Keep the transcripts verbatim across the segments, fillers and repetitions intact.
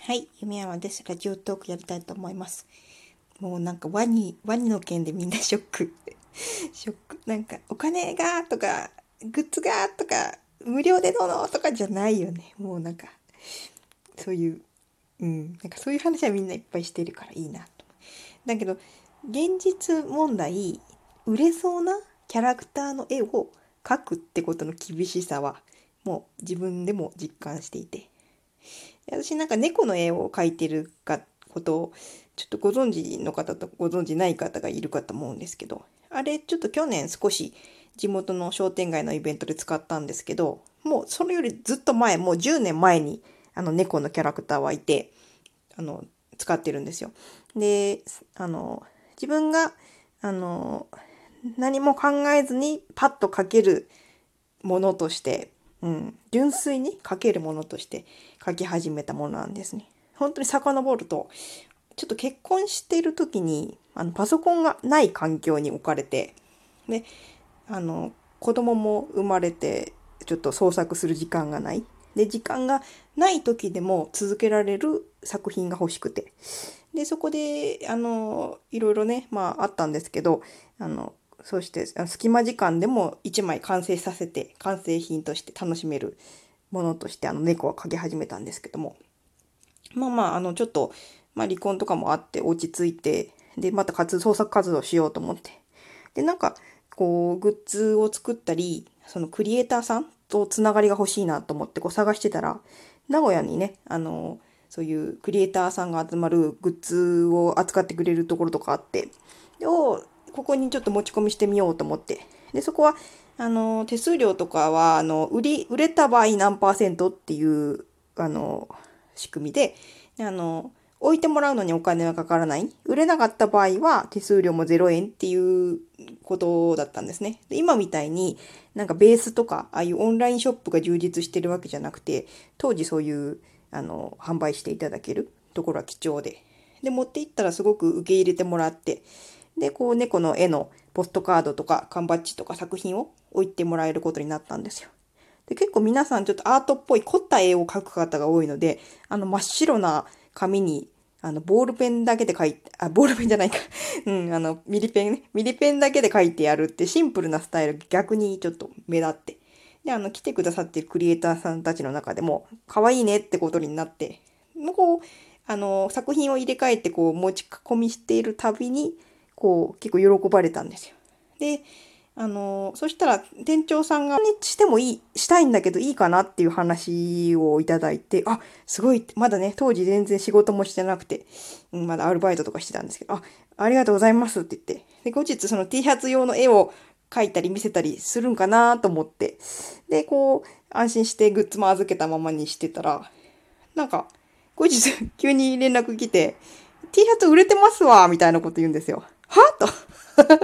はい、夢山です。ラジオトークやりたいと思います。もうなんかワニ、ワニの件でみんなショック。ショック。なんかお金がとか、グッズがとか、無料でどうのとかじゃないよね。もうなんか、そういう、うん、なんかそういう話はみんないっぱいしてるからいいなと。だけど、現実問題、売れそうなキャラクターの絵を描くってことの厳しさは、もう自分でも実感していて。私なんか猫の絵を描いてるかことをちょっとご存知の方とご存知ない方がいるかと思うんですけど、あれちょっと去年少し地元の商店街のイベントで使ったんですけど、もうそれよりずっと前、もうじゅうねんまえにあの猫のキャラクターはいて、あの使ってるんですよ。で、あの自分があの何も考えずにパッと描けるものとして、うん、純粋に書けるものとして書き始めたものなんですね。本当に遡ると、ちょっと結婚している時に、あのパソコンがない環境に置かれて、で、あの、子供も生まれて、ちょっと創作する時間がない。で、時間がない時でも続けられる作品が欲しくて。で、そこで、あの、いろいろね、まああったんですけど、あの、そして隙間時間でも一枚完成させて完成品として楽しめるものとしてあの猫は描き始めたんですけども、まあまああのちょっと、まあ、離婚とかもあって落ち着いて、でまた活動創作活動しようと思って、でなんかこうグッズを作ったりそのクリエイターさんとつながりが欲しいなと思ってこう探してたら、名古屋にねあのそういうクリエイターさんが集まるグッズを扱ってくれるところとかあって、でおここにちょっと持ち込みしてみようと思って、でそこはあの手数料とかはあの売り売れた場合何パーセントっていうあの仕組みで、あの置いてもらうのにお金はかからない。売れなかった場合は手数料もゼロえんっていうことだったんですね。で今みたいになんかベースとかああいうオンラインショップが充実してるわけじゃなくて、当時そういうあの販売していただけるところは貴重で、で持って行ったらすごく受け入れてもらって、でこう猫の絵のポストカードとか缶バッジとか作品を置いてもらえることになったんですよ。で結構皆さんちょっとアートっぽい凝った絵を描く方が多いので、あの真っ白な紙にあのボールペンだけで描いて、あ、ボールペンじゃないか。うん、あのミリペンね。ミリペンだけで描いてやるってシンプルなスタイル逆にちょっと目立って。で、あの来てくださっているクリエイターさんたちの中でも可愛いねってことになって、こう、あの作品を入れ替えてこう持ち込みしているたびに、こう結構喜ばれたんですよ。で、あの、そしたら店長さんが、にしてもいい、したいんだけどいいかなっていう話をいただいて、あ、すごい、まだね、当時全然仕事もしてなくて、うん、まだアルバイトとかしてたんですけど、あ、ありがとうございますって言って、で、後日その T シャツ用の絵を描いたり見せたりするんかなと思って、で、こう、安心してグッズも預けたままにしてたら、なんか、後日急に連絡来て、T シャツ売れてますわ、みたいなこと言うんですよ。はと。何も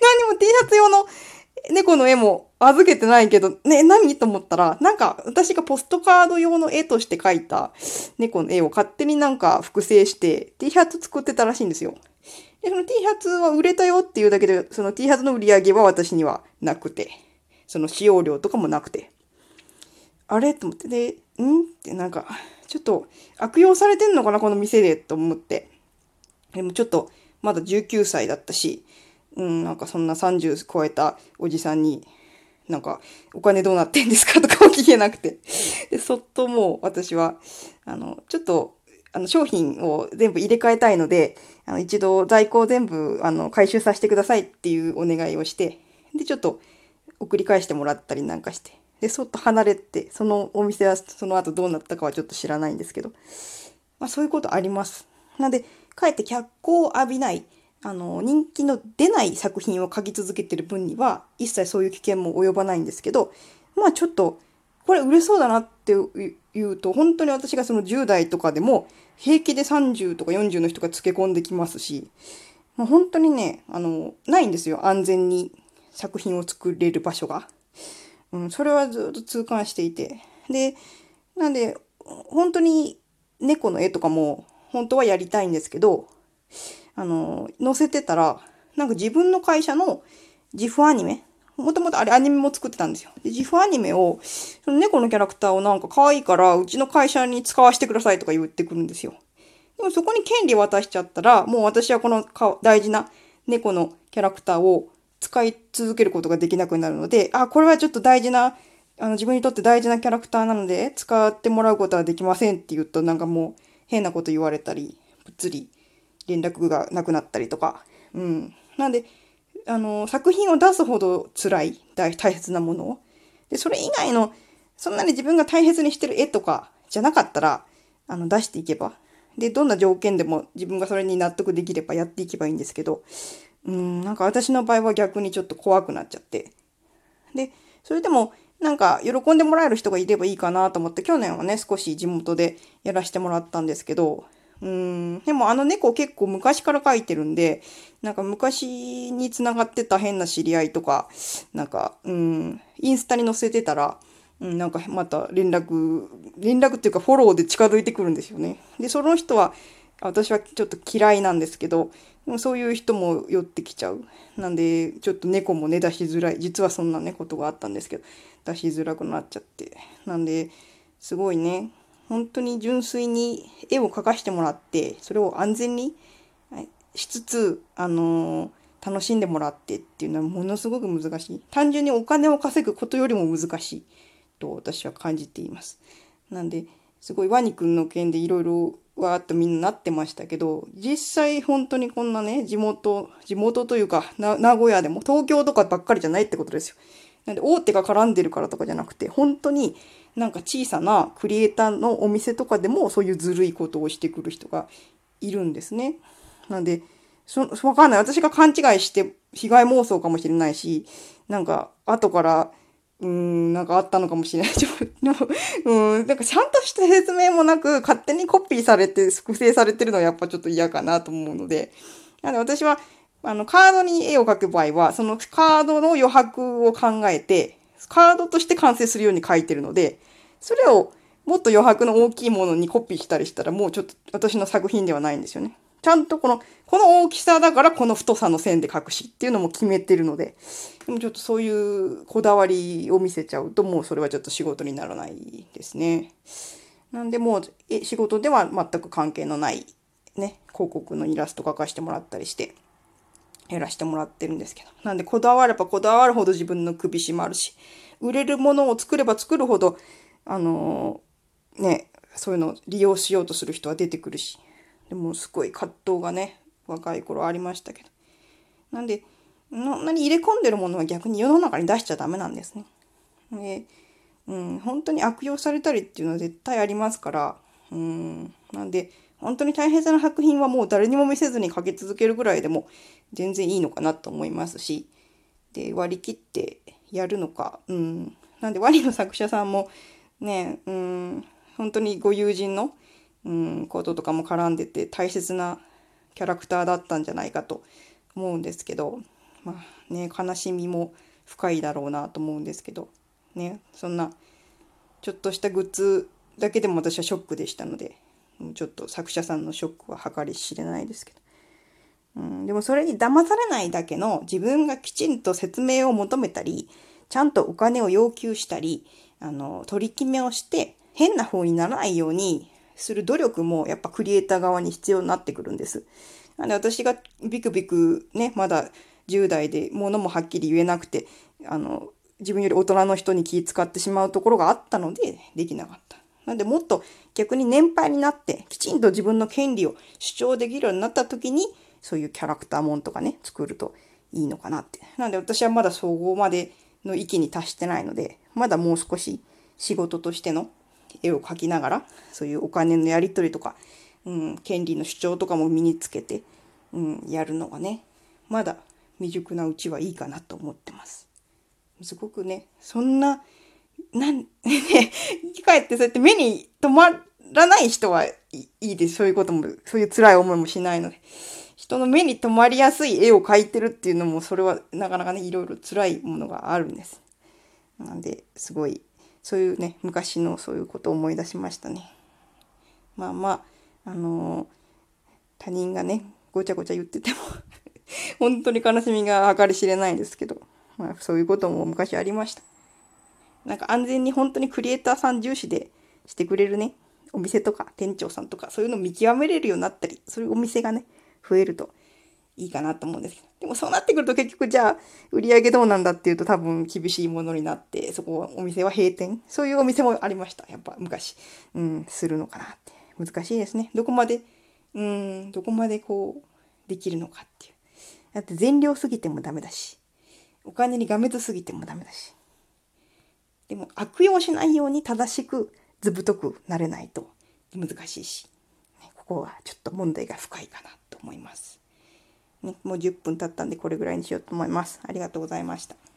T シャツ用の猫の絵も預けてないけど、ね、何と思ったら、なんか私がポストカード用の絵として描いた猫の絵を勝手になんか複製して T シャツ作ってたらしいんですよ。で、その T シャツは売れたよっていうだけで、その T シャツの売り上げは私にはなくて、その使用料とかもなくて、あれと思って、で、んってなんか、ちょっと悪用されてんのかなこの店でと思って。でもちょっとまだじゅうきゅうさいだったし、うん、なんかそんなさんじゅう超えたおじさんに、なんか、お金どうなってんですかとかも聞けなくて。で、そっともう私は、あの、ちょっと、あの、商品を全部入れ替えたいので、あの、一度在庫を全部、あの、回収させてくださいっていうお願いをして、で、ちょっと送り返してもらったりなんかして、で、そっと離れて、そのお店はその後どうなったかはちょっと知らないんですけど、まあそういうことあります。なので、かえって脚光を浴びない、あの、人気の出ない作品を書き続けてる分には、一切そういう危険も及ばないんですけど、まあちょっと、これ売れそうだなって言うと、本当に私がそのじゅう代とかでも、平気でさんじゅうとかよんじゅうの人がつけ込んできますし、もう本当にね、あの、ないんですよ。安全に作品を作れる場所が。うん、それはずっと痛感していて。で、なんで、本当に猫の絵とかも本当はやりたいんですけど、あの、載せてたら、なんか自分の会社の自負アニメもともとあれアニメも作ってたんですよ。で、ジフアニメを、その猫のキャラクターをなんか可愛いから、うちの会社に使わせてくださいとか言ってくるんですよ。でもそこに権利渡しちゃったら、もう私はこの大事な猫のキャラクターを使い続けることができなくなるので、あ、これはちょっと大事な、あの自分にとって大事なキャラクターなので、使ってもらうことはできませんって言うと、なんかもう変なこと言われたり、ぷっつり連絡がなくなったりとか。うん。なんで、あの、作品を出すほど辛い、大大切なものを。で、それ以外の、そんなに自分が大切にしてる絵とかじゃなかったら、あの、出していけば。で、どんな条件でも自分がそれに納得できればやっていけばいいんですけど、うん、なんか私の場合は逆にちょっと怖くなっちゃって。で、それでも、なんか喜んでもらえる人がいればいいかなと思って、去年はね、少し地元でやらせてもらったんですけど、うん、でもあの猫結構昔から描いてるんで、なんか昔に繋がってた変な知り合いとか、なんか、うん、インスタに載せてたら、うん、なんかまた連絡、連絡っていうかフォローで近づいてくるんですよね。で、その人は、私はちょっと嫌いなんですけど、でもそういう人も寄ってきちゃう。なんで、ちょっと猫もね、出しづらい。実はそんなね、ことがあったんですけど、出しづらくなっちゃって。なんで、すごいね、本当に純粋に絵を描かしてもらって、それを安全にしつつ、あのー楽しんでもらってっていうのはものすごく難しい。単純にお金を稼ぐことよりも難しいと私は感じています。なんで、すごいワニくんの件でいろいろわーっとみんななってましたけど、実際本当にこんなね、地元、地元というか、な名古屋でも東京とかばっかりじゃないってことですよ。なんで大手が絡んでるからとかじゃなくて、本当になんか小さなクリエイターのお店とかでもそういうずるいことをしてくる人がいるんですね。なんで、そ、わかんない。私が勘違いして被害妄想かもしれないし、なんか後から、うーん、なんかあったのかもしれない。でも、うん、なんかちゃんとした説明もなく勝手にコピーされて複製されてるのはやっぱちょっと嫌かなと思うので、なので私はあのカードに絵を描く場合は、そのカードの余白を考えて、カードとして完成するように描いてるので、それをもっと余白の大きいものにコピーしたりしたらもうちょっと私の作品ではないんですよね。ちゃんとこの、この大きさだからこの太さの線で描くしっていうのも決めてるので、でもちょっとそういうこだわりを見せちゃうともうそれはちょっと仕事にならないですね。なんでもうえ仕事では全く関係のないね、広告のイラスト描かしてもらったりしてやらしてもらってるんですけど。なんでこだわればこだわるほど自分の首絞まるし、売れるものを作れば作るほど、あのーね、そういうのを利用しようとする人は出てくるし、でもすごい葛藤がね、若い頃ありましたけど。なんで、そんなに入れ込んでるものは逆に世の中に出しちゃダメなんですね。で、うん、本当に悪用されたりっていうのは絶対ありますから、うん、なんで、本当に大変な作品はもう誰にも見せずに描き続けるぐらいでも全然いいのかなと思いますし、で、割り切ってやるのか、うん。なんで、ワニの作者さんもね、うん、本当にご友人の、うん、こととかも絡んでて大切なキャラクターだったんじゃないかと思うんですけど、まあね、悲しみも深いだろうなと思うんですけど、ね、そんなちょっとしたグッズだけでも私はショックでしたので、ちょっと作者さんのショックは計り知れないですけど、うん、でもそれに騙されないだけの自分がきちんと説明を求めたり、ちゃんとお金を要求したり、あの、取り決めをして変な風にならないようにする努力もやっぱクリエイター側に必要になってくるんです。なので私がビクビクね、まだじゅう代で物もはっきり言えなくて、あの、自分より大人の人に気遣ってしまうところがあったのでできなかった。なんでもっと逆に年配になってきちんと自分の権利を主張できるようになった時にそういうキャラクターもんとかね、作るといいのかなって。なんで私はまだそこまでの域に達してないので、まだもう少し仕事としての絵を描きながら、そういうお金のやり取りとか、うん、権利の主張とかも身につけて、うん、やるのがね、まだ未熟なうちはいいかなと思ってます。すごくね、そんな、なん、ね、生き返ってそうやって目に留まらない人はいいです。そういうことも、そういう辛い思いもしないので。人の目に留まりやすい絵を描いてるっていうのも、それはなかなかね、いろいろ辛いものがあるんです。なんで、すごい、そういうね、昔のそういうことを思い出しましたね。まあまあ、あのー、他人がね、ごちゃごちゃ言ってても本当に悲しみが計り知れないですけど、 まあ、そういうことも昔ありました。なんか安全に本当にクリエイターさん重視でしてくれるね、お店とか店長さんとかそういうのを見極めれるようになったり、そういうお店がね、増えるといいかなと思うんですけど。でもそうなってくると結局じゃあ売り上げどうなんだっていうと多分厳しいものになって、そこはお店は閉店。そういうお店もありました。やっぱ昔。うん、するのかなって。難しいですね。どこまで、うん、どこまでこうできるのかっていう。だって善良すぎてもダメだし、お金にがめつすぎてもダメだし。でも悪用しないように正しく図太くなれないと難しいし、ね、ここはちょっと問題が深いかなと思います。ね、もうじゅっぷん経ったんでこれぐらいにしようと思います。ありがとうございました。